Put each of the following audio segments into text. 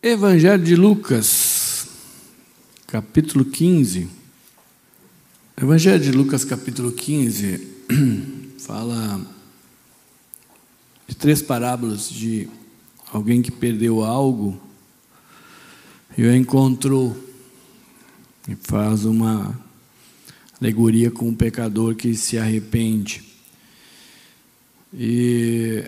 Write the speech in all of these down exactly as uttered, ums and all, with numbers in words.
Evangelho de Lucas, capítulo quinze. Evangelho de Lucas, capítulo quinze, fala de três parábolas de alguém que perdeu algo e o encontrou, e faz uma alegoria com um pecador que se arrepende. E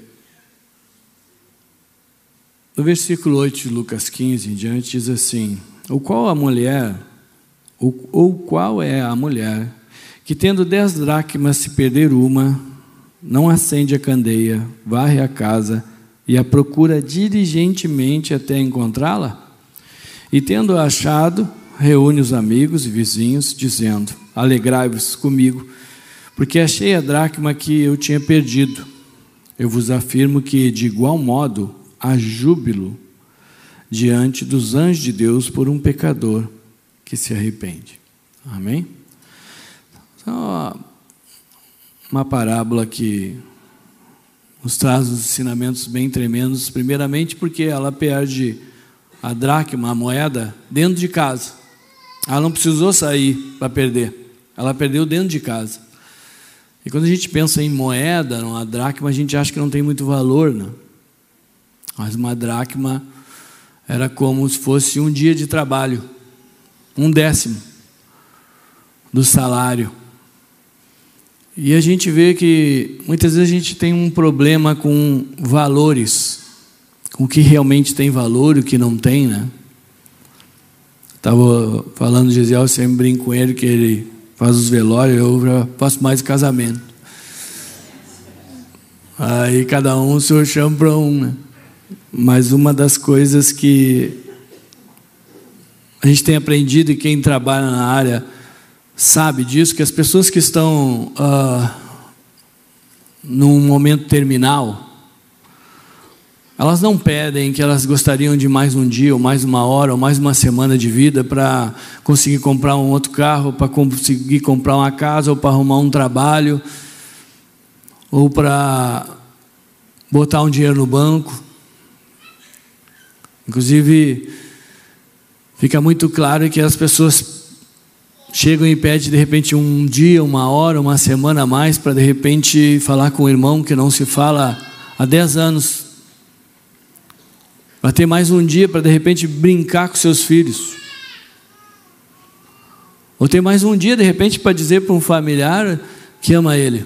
no versículo oito de Lucas quinze em diante diz assim: ou qual a mulher, ou, ou qual é a mulher que, tendo dez dracmas, se perder uma, não acende a candeia, varre a casa e a procura diligentemente até encontrá-la? E tendo-a achado, reúne os amigos e vizinhos, dizendo: alegrai-vos comigo, porque achei a dracma que eu tinha perdido. Eu vos afirmo que, de igual modo, há júbilo diante dos anjos de Deus por um pecador que se arrepende. Amém? Então, uma parábola que nos traz uns ensinamentos bem tremendos, primeiramente porque ela perde a dracma, a moeda, dentro de casa. Ela não precisou sair para perder, ela perdeu dentro de casa. E quando a gente pensa em moeda, numa dracma, a gente acha que não tem muito valor, né? Mas uma dracma era como se fosse um dia de trabalho, um décimo do salário. E a gente vê que muitas vezes a gente tem um problema com valores, com o que realmente tem valor e o que não tem, né? Estava falando de Gesiel, eu sempre brinco com ele que ele faz os velórios, eu já faço mais casamento. Aí cada um o senhor chama para um, né? Mas uma das coisas que a gente tem aprendido, e quem trabalha na área sabe disso, que as pessoas que estão ah, num momento terminal, elas não pedem que elas gostariam de mais um dia, ou mais uma hora, ou mais uma semana de vida para conseguir comprar um outro carro, para conseguir comprar uma casa, ou para arrumar um trabalho, ou para botar um dinheiro no banco. Inclusive, fica muito claro que as pessoas chegam e pedem de repente um dia, uma hora, uma semana a mais para de repente falar com o irmão que não se fala há dez anos. Para ter mais um dia para de repente brincar com seus filhos. Ou ter mais um dia de repente para dizer para um familiar que ama ele.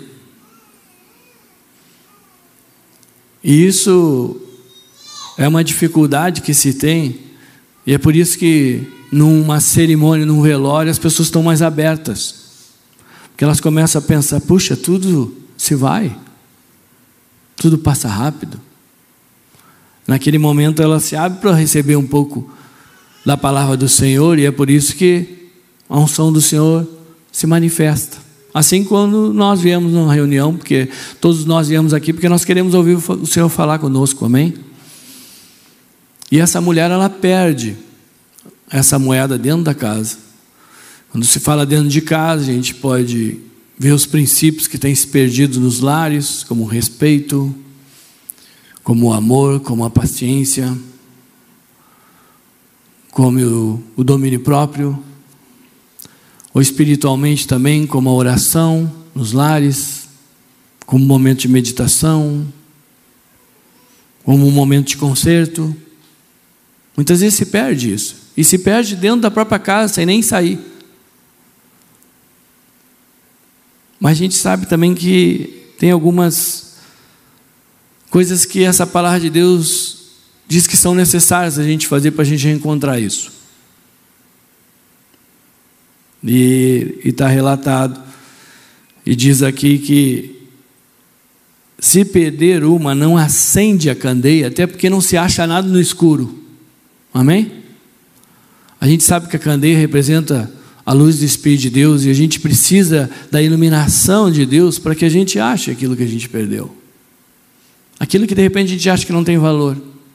E isso é uma dificuldade que se tem, e é por isso que numa cerimônia, num velório, as pessoas estão mais abertas, porque elas começam a pensar: puxa, tudo se vai, tudo passa rápido. Naquele momento ela se abre para receber um pouco da palavra do Senhor, e é por isso que a unção do Senhor se manifesta. Assim, quando nós viemos numa reunião, porque todos nós viemos aqui porque nós queremos ouvir o Senhor falar conosco, amém? E essa mulher, ela perde essa moeda dentro da casa. Quando se fala dentro de casa, a gente pode ver os princípios que têm se perdido nos lares, como o respeito, como o amor, como a paciência, como o, o domínio próprio, ou espiritualmente também, como a oração nos lares, como um momento de meditação, como um momento de concerto. Muitas vezes se perde isso, e se perde dentro da própria casa, sem nem sair. Mas a gente sabe também que tem algumas coisas que essa palavra de Deus diz que são necessárias a gente fazer para a gente encontrar isso. E está relatado, e diz aqui que se perder uma, não acende a candeia, até porque não se acha nada no escuro. Amém? A gente sabe que a candeia representa a luz do Espírito de Deus, e a gente precisa da iluminação de Deus para que a gente ache aquilo que a gente perdeu, aquilo que de repente a gente acha que não tem valor.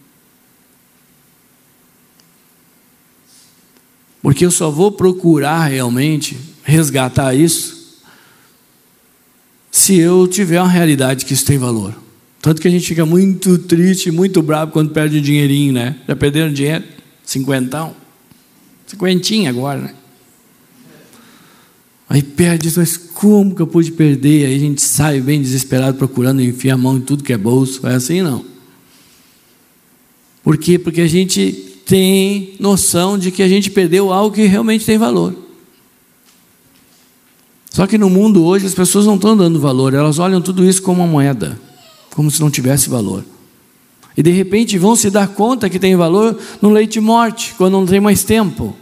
Porque eu só vou procurar realmente resgatar isso se eu tiver uma realidade que isso tem valor. Tanto que a gente fica muito triste, muito bravo quando perde um dinheirinho, né? Já perderam dinheiro? cinquentão, cinquentinha agora, né? Aí perde, mas como que eu pude perder? Aí a gente sai bem desesperado procurando, enfia a mão em tudo que é bolso. É assim não. Por quê? Porque a gente tem noção de que a gente perdeu algo que realmente tem valor. Só que no mundo hoje as pessoas não estão dando valor, elas olham tudo isso como uma moeda, como se não tivesse valor. E de repente vão se dar conta que tem valor no leite de morte, quando não tem mais tempo.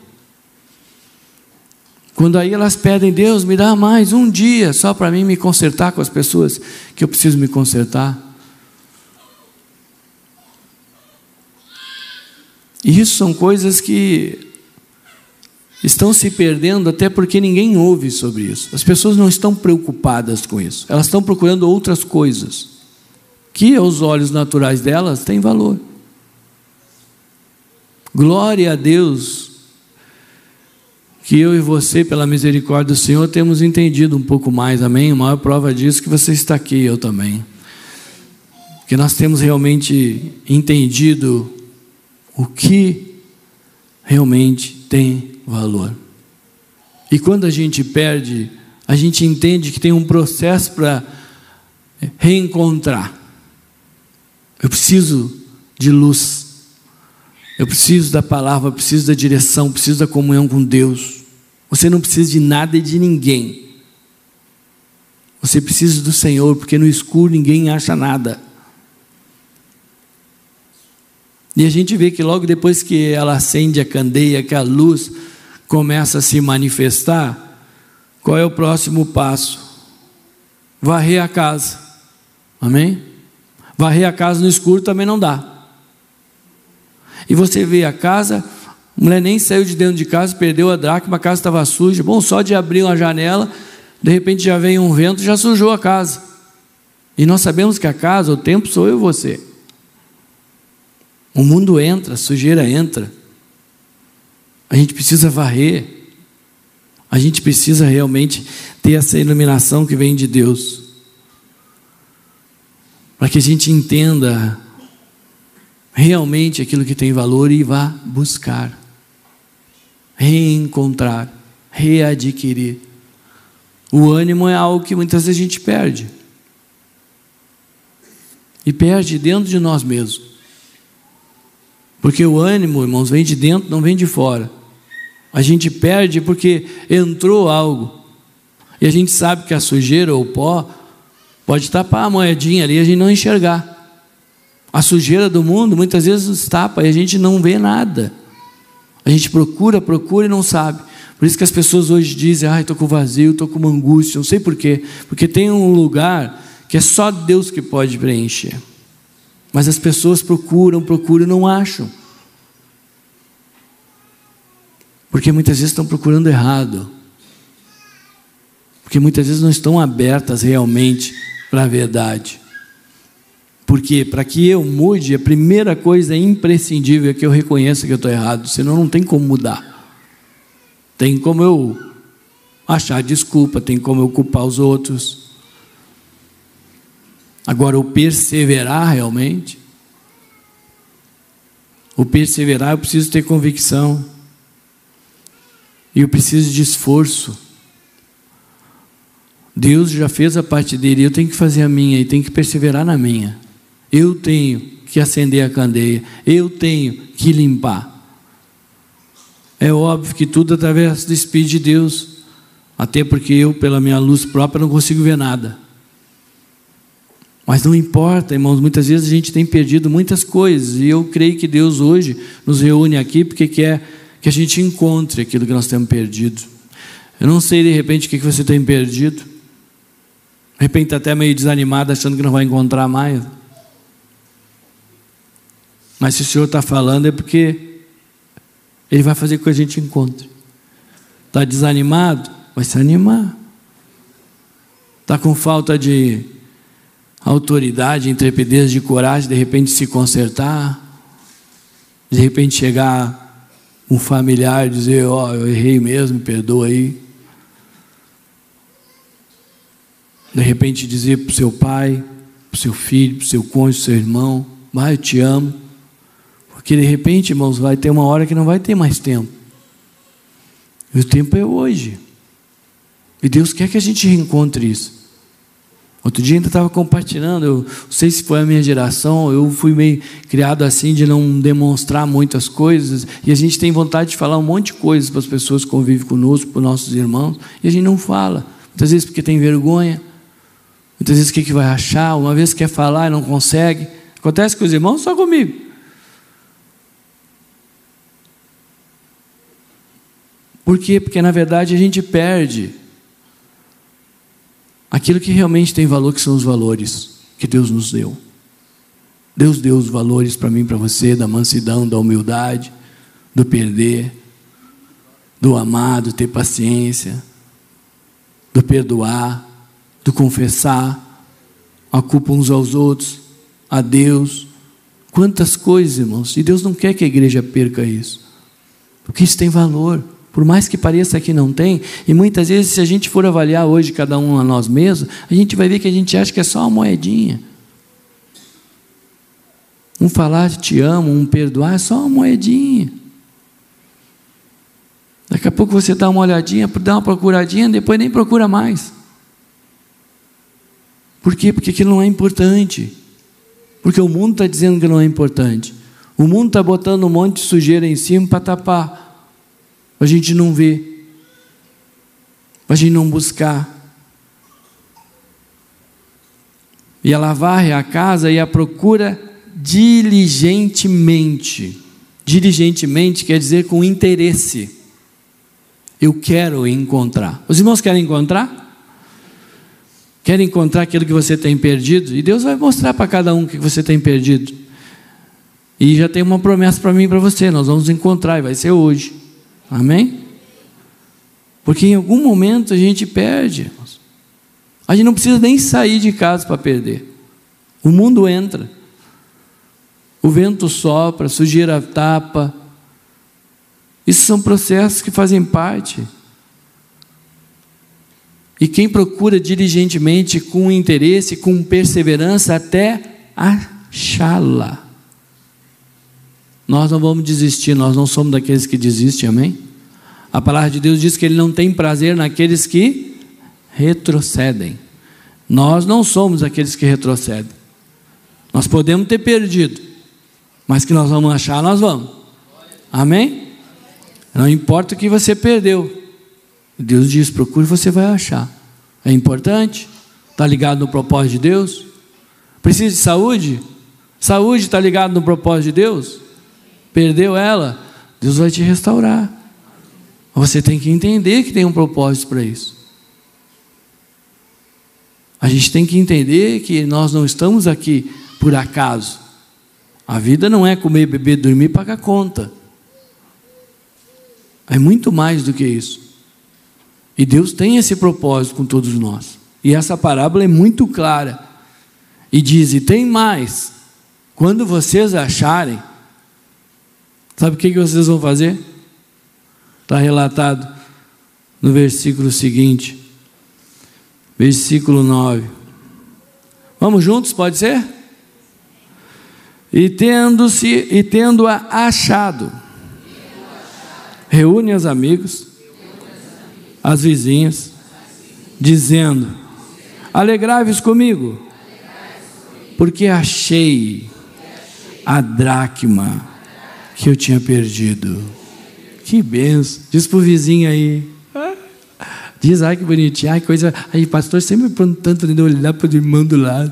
Quando aí elas pedem, Deus, me dá mais um dia, só para mim me consertar com as pessoas que eu preciso me consertar. E isso são coisas que estão se perdendo, até porque ninguém ouve sobre isso. As pessoas não estão preocupadas com isso. Elas estão procurando outras coisas, que aos olhos naturais delas têm valor. Glória a Deus, que eu e você, pela misericórdia do Senhor, temos entendido um pouco mais, amém? A maior prova disso é que você está aqui, eu também. Que nós temos realmente entendido o que realmente tem valor. E quando a gente perde, a gente entende que tem um processo para reencontrar. Eu preciso de luz. Eu preciso da palavra, eu preciso da direção, eu preciso da comunhão com Deus. Você não precisa de nada e de ninguém. Você precisa do Senhor, porque no escuro ninguém acha nada. E a gente vê que logo depois que ela acende a candeia, que a luz começa a se manifestar, qual é o próximo passo? Varrer a casa. Amém? Varrer a casa no escuro também não dá. E você vê a casa, a mulher nem saiu de dentro de casa, perdeu a dracma, a casa estava suja. Bom, só de abrir uma janela, de repente já vem um vento, já sujou a casa. E nós sabemos que a casa, o templo sou eu e você. O mundo entra, a sujeira entra. A gente precisa varrer. A gente precisa realmente ter essa iluminação que vem de Deus, para que a gente entenda realmente aquilo que tem valor e vá buscar, reencontrar, readquirir. O ânimo é algo que muitas vezes a gente perde. E perde dentro de nós mesmos. Porque o ânimo, irmãos, vem de dentro, não vem de fora. A gente perde porque entrou algo. E a gente sabe que a sujeira ou o pó pode tapar a moedinha ali e a gente não enxergar. A sujeira do mundo muitas vezes nos tapa e a gente não vê nada. A gente procura, procura e não sabe. Por isso que as pessoas hoje dizem, ai, estou com vazio, estou com uma angústia, não sei porquê. Porque tem um lugar que é só Deus que pode preencher. Mas as pessoas procuram, procuram e não acham. Porque muitas vezes estão procurando errado. Porque muitas vezes não estão abertas realmente para a verdade. Porque para que eu mude, a primeira coisa imprescindível é que eu reconheça que eu estou errado, senão não tem como mudar. Tem como eu achar desculpa, tem como eu culpar os outros. Agora, o perseverar realmente, o perseverar, eu preciso ter convicção, e eu preciso de esforço. Deus já fez a parte dele, eu tenho que fazer a minha, e tenho que perseverar na minha. Eu tenho que acender a candeia, eu tenho que limpar. É óbvio que tudo através do Espírito de Deus, até porque eu, pela minha luz própria, não consigo ver nada. Mas não importa, irmãos, muitas vezes a gente tem perdido muitas coisas, e eu creio que Deus hoje nos reúne aqui porque quer que a gente encontre aquilo que nós temos perdido. Eu não sei de repente o que você tem perdido, de repente está até meio desanimado, achando que não vai encontrar mais. Mas se o Senhor está falando é porque Ele vai fazer com que a gente encontre. Está desanimado? Vai se animar. Está com falta de autoridade, intrepidez, de coragem, de repente se consertar, de repente chegar um familiar e dizer, ó, oh, eu errei mesmo, perdoa aí. De repente dizer para o seu pai, para o seu filho, para o seu cônjuge, para o seu irmão, vai, eu te amo. Porque de repente, irmãos, vai ter uma hora que não vai ter mais tempo. E o tempo é hoje. E Deus quer que a gente reencontre isso. Outro dia ainda estava compartilhando, eu não sei se foi a minha geração, eu fui meio criado assim de não demonstrar muitas coisas, e a gente tem vontade de falar um monte de coisas para as pessoas que convivem conosco, para os nossos irmãos, e a gente não fala. Muitas vezes porque tem vergonha, muitas vezes o que, que vai achar, uma vez quer falar e não consegue. Acontece com os irmãos, só comigo. Por quê? Porque na verdade a gente perde aquilo que realmente tem valor, que são os valores que Deus nos deu. Deus deu os valores para mim e para você, da mansidão, da humildade, do perder, do amar, do ter paciência, do perdoar, do confessar a culpa uns aos outros, a Deus. Quantas coisas, irmãos, e Deus não quer que a igreja perca isso, porque isso tem valor. Por mais que pareça que não tem, e muitas vezes se a gente for avaliar hoje cada um a nós mesmos, a gente vai ver que a gente acha que é só uma moedinha. Um falar te amo, um perdoar é só uma moedinha. Daqui a pouco você dá uma olhadinha, dá uma procuradinha, depois nem procura mais. Por quê? Porque aquilo não é importante. Porque o mundo está dizendo que não é importante. O mundo está botando um monte de sujeira em cima para tapar. A gente não vê, a gente não buscar. E ela varre a casa e a procura diligentemente. Diligentemente quer dizer com interesse. Eu quero encontrar. Os irmãos querem encontrar? Querem encontrar aquilo que você tem perdido? E Deus vai mostrar para cada um o que você tem perdido. E já tem uma promessa para mim e para você. Nós vamos encontrar e vai ser hoje. Amém? Porque em algum momento a gente perde. A gente não precisa nem sair de casa para perder. O mundo entra. O vento sopra, a sujeira tapa. Isso são processos que fazem parte. E quem procura diligentemente, com interesse, com perseverança, até achá-la. Nós não vamos desistir, nós não somos daqueles que desistem, amém? A palavra de Deus diz que Ele não tem prazer naqueles que retrocedem. Nós não somos aqueles que retrocedem. Nós podemos ter perdido, mas que nós vamos achar, nós vamos. Amém? Não importa o que você perdeu. Deus diz, procure, você vai achar. É importante? Está ligado no propósito de Deus? Precisa de saúde? Saúde está ligado no propósito de Deus? Perdeu ela? Deus vai te restaurar. Você tem que entender que tem um propósito para isso. A gente tem que entender que nós não estamos aqui por acaso. A vida não é comer, beber, dormir e pagar conta. É muito mais do que isso. E Deus tem esse propósito com todos nós. E essa parábola é muito clara. E diz, e tem mais. Quando vocês acharem, sabe o que vocês vão fazer? Está relatado no versículo seguinte. Versículo nove. Vamos juntos, pode ser? E tendo-se, e tendo-a achado, reúne os amigos, as vizinhas, dizendo, alegrai-vos comigo, porque achei a dracma que eu tinha perdido. Que benção. Diz para o vizinho aí. Diz, ai que bonitinho, ai coisa. Aí pastor sempre perguntando para olhar para o irmão do lado.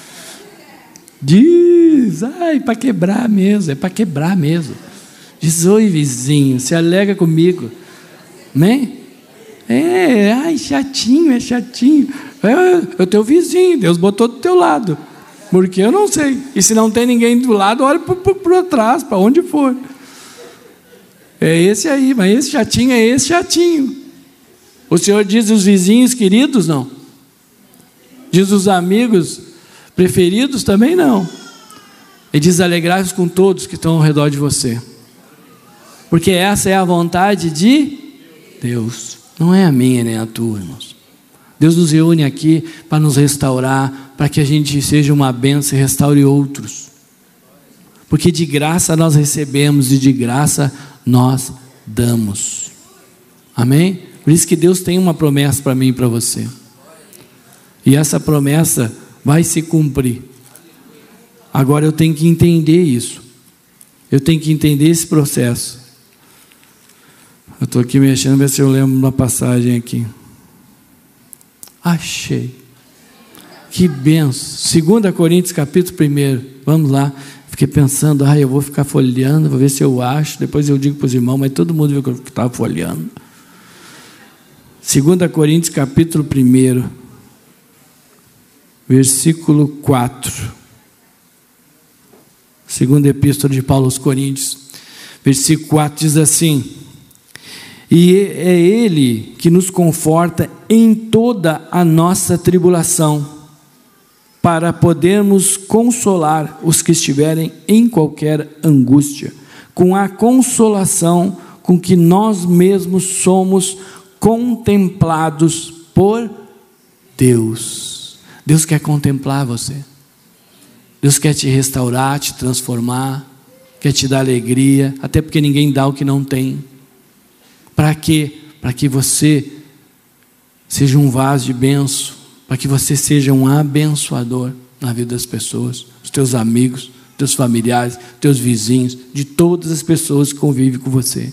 Diz, ai para quebrar mesmo, é para quebrar mesmo. Diz, oi vizinho, se alegra comigo. Amém? É, ai chatinho, é chatinho. É o teu vizinho, Deus botou do teu lado. Porque eu não sei. E se não tem ninguém do lado, olha para trás, para onde for. É esse aí, mas esse chatinho é esse chatinho. O Senhor diz os vizinhos queridos, não. Diz os amigos preferidos, também não. Ele diz alegrai-vos com todos que estão ao redor de você. Porque essa é a vontade de Deus. Não é a minha nem a tua, irmãos. Deus nos reúne aqui para nos restaurar, para que a gente seja uma bênção e restaure outros. Porque de graça nós recebemos e de graça nós damos. Amém? Por isso que Deus tem uma promessa para mim e para você. E essa promessa vai se cumprir. Agora eu tenho que entender isso. Eu tenho que entender esse processo. Eu estou aqui mexendo, ver se eu lembro uma passagem aqui. Achei. Que benção. Segunda Coríntios, capítulo primeiro. Vamos lá. Fiquei pensando, ah, eu vou ficar folheando, vou ver se eu acho. Depois eu digo para os irmãos, mas todo mundo viu que eu estava folheando. Segunda Coríntios, capítulo primeiro. Versículo quatro. Segunda Epístola de Paulo aos Coríntios, versículo quatro diz assim: e é Ele que nos conforta em toda a nossa tribulação, para podermos consolar os que estiverem em qualquer angústia, com a consolação com que nós mesmos somos contemplados por Deus. Deus quer contemplar você. Deus quer te restaurar, te transformar, quer te dar alegria, até porque ninguém dá o que não tem. Para quê? Para que você seja um vaso de bênção, para que você seja um abençoador na vida das pessoas, dos teus amigos, teus familiares, teus vizinhos, de todas as pessoas que convivem com você.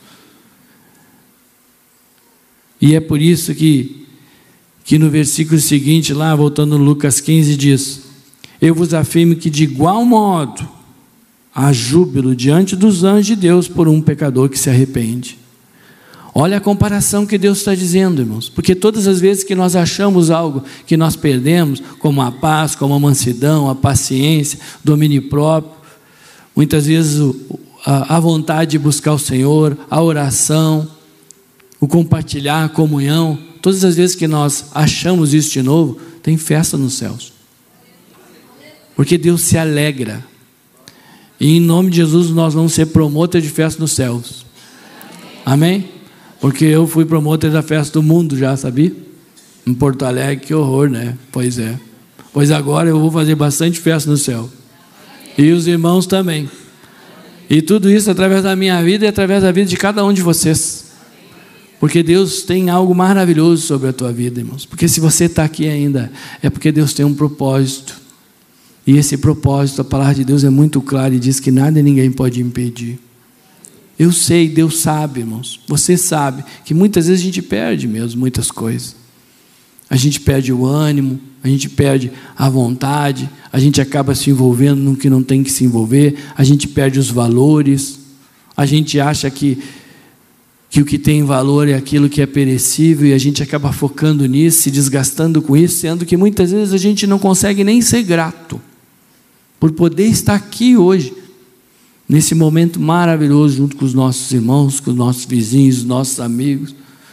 E é por isso que, que no versículo seguinte, lá voltando no Lucas quinze, diz: eu vos afirmo que de igual modo há júbilo diante dos anjos de Deus por um pecador que se arrepende. Olha a comparação que Deus está dizendo, irmãos, porque todas as vezes que nós achamos algo que nós perdemos, como a paz, como a mansidão, a paciência, domínio próprio, muitas vezes a, a vontade de buscar o Senhor, a oração, o compartilhar, a comunhão, todas as vezes que nós achamos isso de novo, tem festa nos céus. Porque Deus se alegra. E em nome de Jesus nós vamos ser promotor de festa nos céus. Amém? Porque eu fui promotor da festa do mundo já, sabia? Em Porto Alegre, que horror, né? Pois é. Pois agora eu vou fazer bastante festa no céu. E os irmãos também. E tudo isso através da minha vida e através da vida de cada um de vocês. Porque Deus tem algo maravilhoso sobre a tua vida, irmãos. Porque se você está aqui ainda, é porque Deus tem um propósito. E esse propósito, a palavra de Deus é muito clara e diz que nada e ninguém pode impedir. Eu sei, Deus sabe, irmãos. Você sabe que muitas vezes a gente perde mesmo muitas coisas. A gente perde o ânimo, a gente perde a vontade, a gente acaba se envolvendo no que não tem que se envolver, a gente perde os valores, a gente acha que, que o que tem valor é aquilo que é perecível e a gente acaba focando nisso, se desgastando com isso, sendo que muitas vezes a gente não consegue nem ser grato por poder estar aqui hoje, nesse momento maravilhoso, junto com os nossos irmãos, com os nossos vizinhos, os nossos amigos,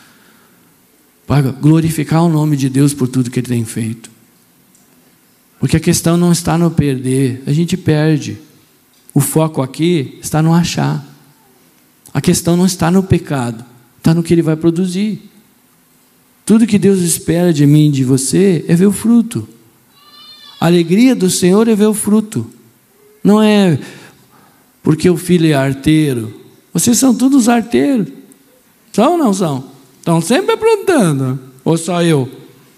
para glorificar o nome de Deus por tudo que Ele tem feito. Porque a questão não está no perder, a gente perde. O foco aqui está no achar. A questão não está no pecado, está no que Ele vai produzir. Tudo que Deus espera de mim e de você é ver o fruto. A alegria do Senhor é ver o fruto. Não é porque o filho é arteiro. Vocês são todos arteiros. São ou não são? Estão sempre aprontando. Ou só eu?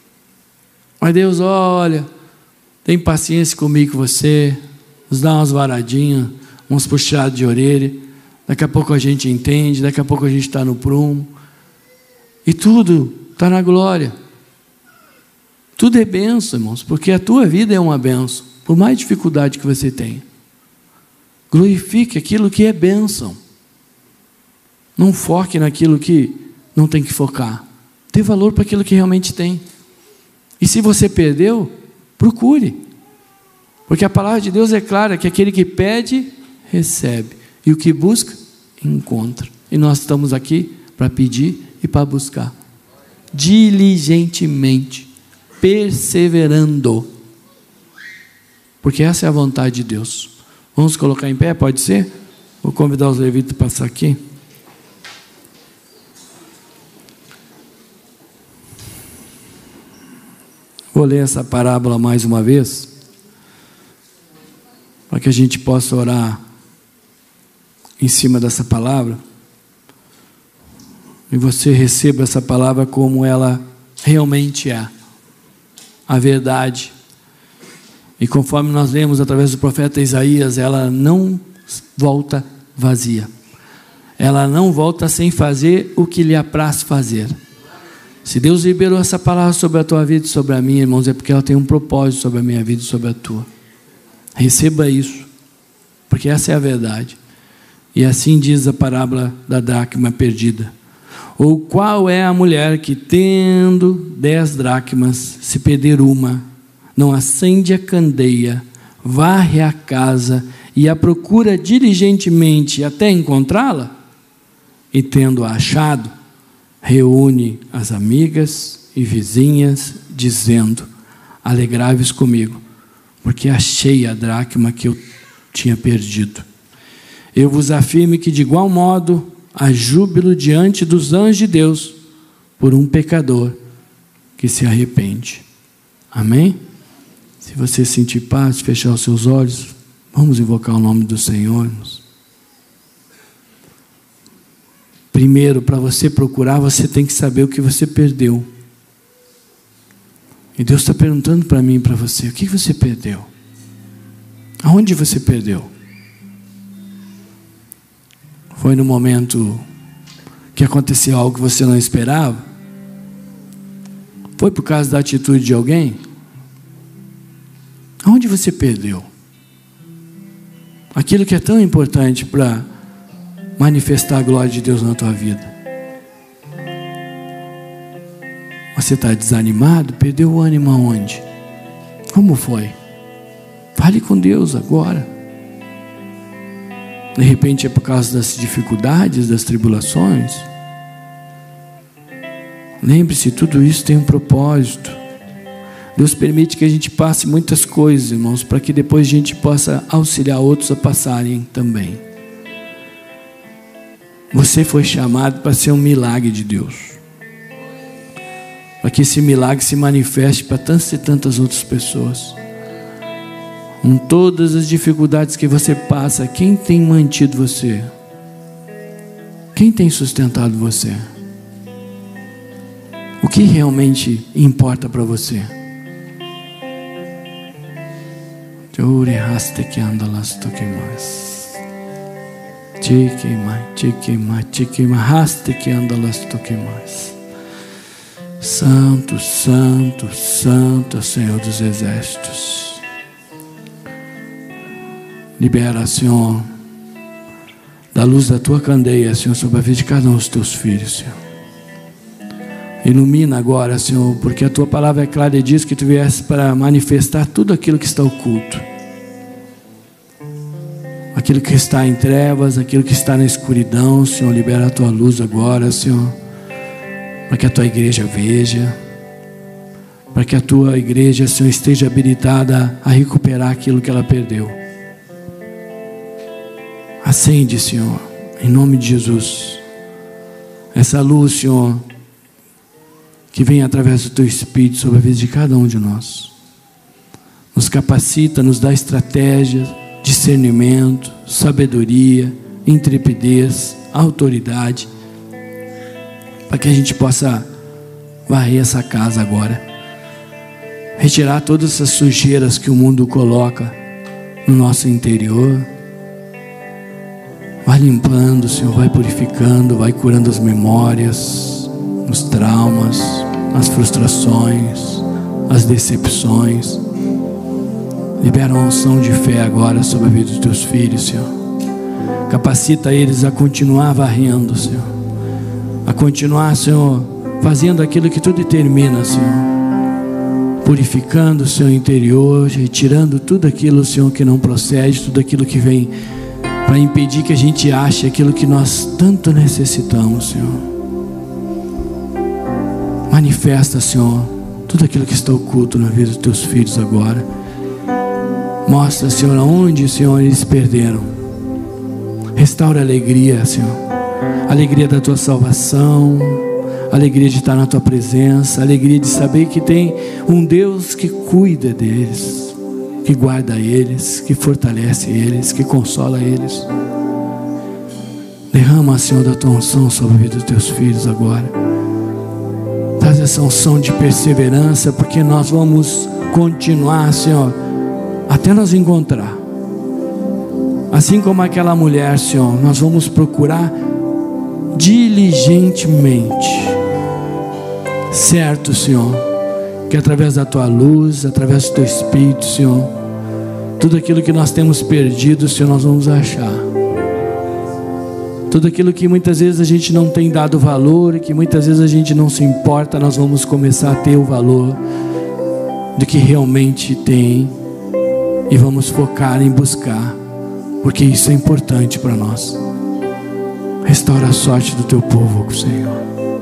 Mas Deus olha, tem paciência comigo e com você, nos dá umas varadinhas, uns puxados de orelha. Daqui a pouco a gente entende, daqui a pouco a gente está no prumo. E tudo está na glória. Tudo é bênção, irmãos, porque a tua vida é uma bênção, por mais dificuldade que você tenha. Glorifique aquilo que é bênção. Não foque naquilo que não tem que focar. Dê valor para aquilo que realmente tem. E se você perdeu, procure. Porque a palavra de Deus é clara, que aquele que pede, recebe. E o que busca, encontra. E nós estamos aqui para pedir e para buscar. Diligentemente. Perseverando, porque essa é a vontade de Deus. Vamos colocar em pé, pode ser? Vou convidar os levitas para passar aqui. Vou ler essa parábola mais uma vez. para que a gente possa orar em cima dessa palavra, e você receba essa palavra como ela realmente é, a verdade. E conforme nós lemos através do profeta Isaías, ela não volta vazia, ela não volta sem fazer o que lhe apraz fazer. Se Deus liberou essa palavra sobre a tua vida e sobre a minha, irmãos, é porque ela tem um propósito sobre a minha vida e sobre a tua. Receba isso, porque essa é a verdade. E assim diz a parábola da dracma perdida. Ou qual é a mulher que, tendo dez dracmas, se perder uma, não acende a candeia, varre a casa e a procura diligentemente até encontrá-la? E tendo-a achado, reúne as amigas e vizinhas, dizendo: alegrai-vos comigo, porque achei a dracma que eu tinha perdido. Eu vos afirmo que de igual modo há júbilo diante dos anjos de Deus por um pecador que se arrepende. Amém? Se você sentir paz, fechar os seus olhos, vamos invocar o nome do Senhor, irmãos. Primeiro, para você procurar, você tem que saber o que você perdeu. E Deus está perguntando para mim e para você: o que você perdeu? Aonde você perdeu? Foi no momento que aconteceu algo que você não esperava? Foi por causa da atitude de alguém? Aonde você perdeu? Aquilo que é tão importante para manifestar a glória de Deus na tua vida. Você está desanimado? Perdeu o ânimo aonde? Como foi? Fale com Deus agora. De repente é por causa das dificuldades, das tribulações. Lembre-se, tudo isso tem um propósito. Deus permite que a gente passe muitas coisas, irmãos, para que depois a gente possa auxiliar outros a passarem também. Você foi chamado para ser um milagre de Deus, para que esse milagre se manifeste para tantas e tantas outras pessoas. Com todas as dificuldades que você passa, quem tem mantido você? Quem tem sustentado você? O que realmente importa para você? Santo, santo, santo, Senhor dos exércitos. Libera, Senhor, da luz da tua candeia, Senhor, sobre a vida de cada um dos teus filhos, Senhor. Ilumina agora, Senhor, porque a tua palavra é clara e diz que tu vieste para manifestar tudo aquilo que está oculto, aquilo que está em trevas, aquilo que está na escuridão. Senhor, libera a tua luz agora, Senhor, para que a tua igreja veja, para que a tua igreja, Senhor, esteja habilitada a recuperar aquilo que ela perdeu. Acende, Senhor, em nome de Jesus, essa luz, Senhor, que vem através do teu Espírito sobre a vida de cada um de nós. Nos capacita, nos dá estratégia, discernimento, sabedoria, intrepidez, autoridade, para que a gente possa varrer essa casa agora, retirar todas essas sujeiras que o mundo coloca no nosso interior. Vai limpando, Senhor, vai purificando, vai curando as memórias, os traumas, as frustrações, as decepções. Libera uma unção de fé agora sobre a vida dos teus filhos, Senhor. Capacita eles a continuar varrendo, Senhor, a continuar, Senhor, fazendo aquilo que tu determina, Senhor, purificando o seu interior, retirando tudo aquilo, Senhor, que não procede, tudo aquilo que vem para impedir que a gente ache aquilo que nós tanto necessitamos, Senhor. Manifesta, Senhor, tudo aquilo que está oculto na vida dos teus filhos agora. Mostra, Senhor, aonde, Senhor, eles perderam. Restaura a alegria, Senhor, a alegria da tua salvação, a alegria de estar na tua presença, a alegria de saber que tem um Deus que cuida deles, que guarda eles, que fortalece eles, que consola eles. Derrama, Senhor, da tua unção sobre a vida dos teus filhos agora. Traz essa unção de perseverança, porque nós vamos continuar, Senhor, até nos encontrar. Assim como aquela mulher, Senhor, nós vamos procurar diligentemente. Certo, Senhor, que através da tua luz, através do teu Espírito, Senhor, tudo aquilo que nós temos perdido, Senhor, nós vamos achar. Tudo aquilo que muitas vezes a gente não tem dado valor e que muitas vezes a gente não se importa, nós vamos começar a ter o valor do que realmente tem e vamos focar em buscar, porque isso é importante para nós. Restaura a sorte do teu povo, Senhor.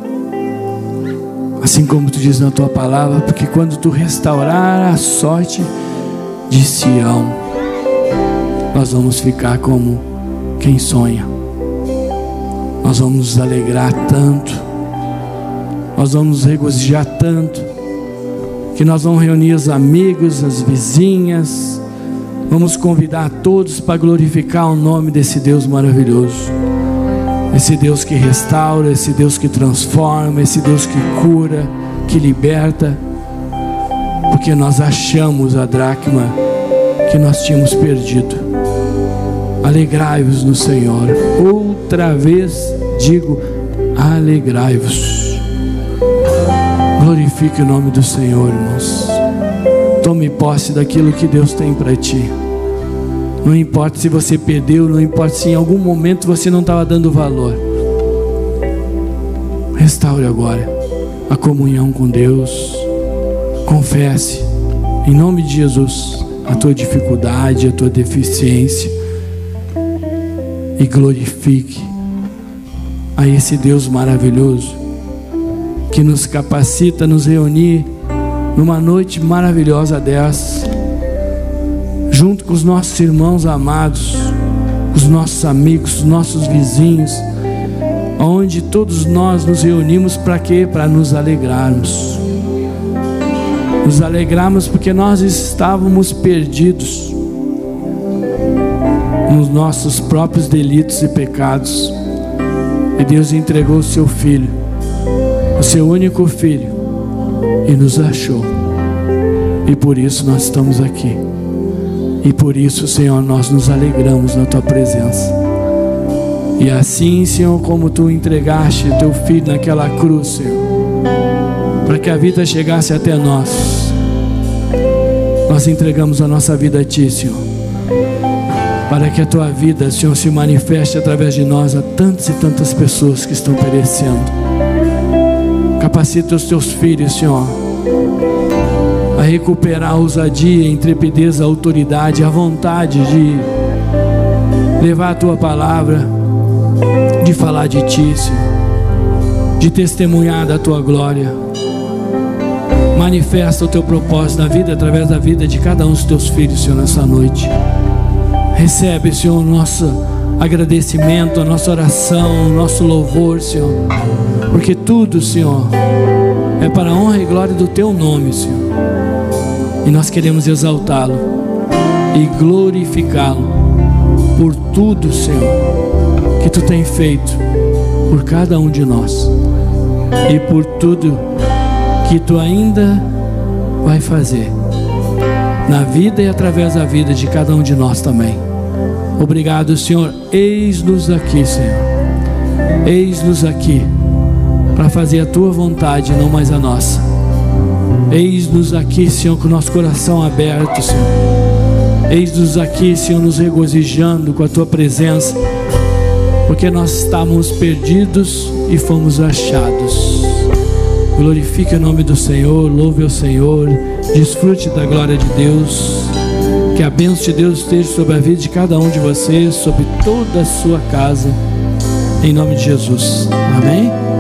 Assim como tu diz na tua palavra, porque quando tu restaurar a sorte de Sião, nós vamos ficar como quem sonha. Nós vamos nos alegrar tanto, nós vamos nos regozijar tanto, que nós vamos reunir os amigos, as vizinhas, vamos convidar a todos para glorificar o nome desse Deus maravilhoso. Esse Deus que restaura, esse Deus que transforma, esse Deus que cura, que liberta, porque nós achamos a dracma que nós tínhamos perdido. Alegrai-vos no Senhor. Outra vez digo, alegrai-vos. Glorifique o nome do Senhor, irmãos. Tome posse daquilo que Deus tem para ti. Não importa se você perdeu, não importa se em algum momento você não estava dando valor. Restaure agora a comunhão com Deus. Confesse, em nome de Jesus, a tua dificuldade, a tua deficiência. E glorifique a esse Deus maravilhoso que nos capacita a nos reunir numa noite maravilhosa dessa, junto com os nossos irmãos amados, os nossos amigos, os nossos vizinhos, onde todos nós nos reunimos para quê? Para nos alegrarmos. Nos alegrarmos porque nós estávamos perdidos nos nossos próprios delitos e pecados, e Deus entregou o seu Filho, o seu único Filho, e nos achou, e por isso nós estamos aqui. E por isso, Senhor, nós nos alegramos na tua presença. E assim, Senhor, como tu entregaste teu Filho naquela cruz, Senhor, para que a vida chegasse até nós, nós entregamos a nossa vida a ti, Senhor, para que a tua vida, Senhor, se manifeste através de nós a tantas e tantas pessoas que estão perecendo. Capacita os teus filhos, Senhor, a recuperar a ousadia, a intrepidez, a autoridade, a vontade de levar a tua palavra, de falar de ti, Senhor, de testemunhar da tua glória. Manifesta o teu propósito na vida, através da vida de cada um dos teus filhos, Senhor, nessa noite. Recebe, Senhor, o nosso agradecimento, a nossa oração, o nosso louvor, Senhor, porque tudo, Senhor, é para a honra e glória do teu nome, Senhor. E nós queremos exaltá-lo e glorificá-lo por tudo, Senhor, que tu tem feito por cada um de nós e por tudo que tu ainda vai fazer na vida e através da vida de cada um de nós também. Obrigado, Senhor. Eis-nos aqui, Senhor. Eis-nos aqui para fazer a tua vontade, não mais a nossa. Eis-nos aqui, Senhor, com o nosso coração aberto, Senhor. Eis-nos aqui, Senhor, nos regozijando com a tua presença, porque nós estávamos perdidos e fomos achados. Glorifique o nome do Senhor, louve ao Senhor, desfrute da glória de Deus. Que a bênção de Deus esteja sobre a vida de cada um de vocês, sobre toda a sua casa, em nome de Jesus. Amém?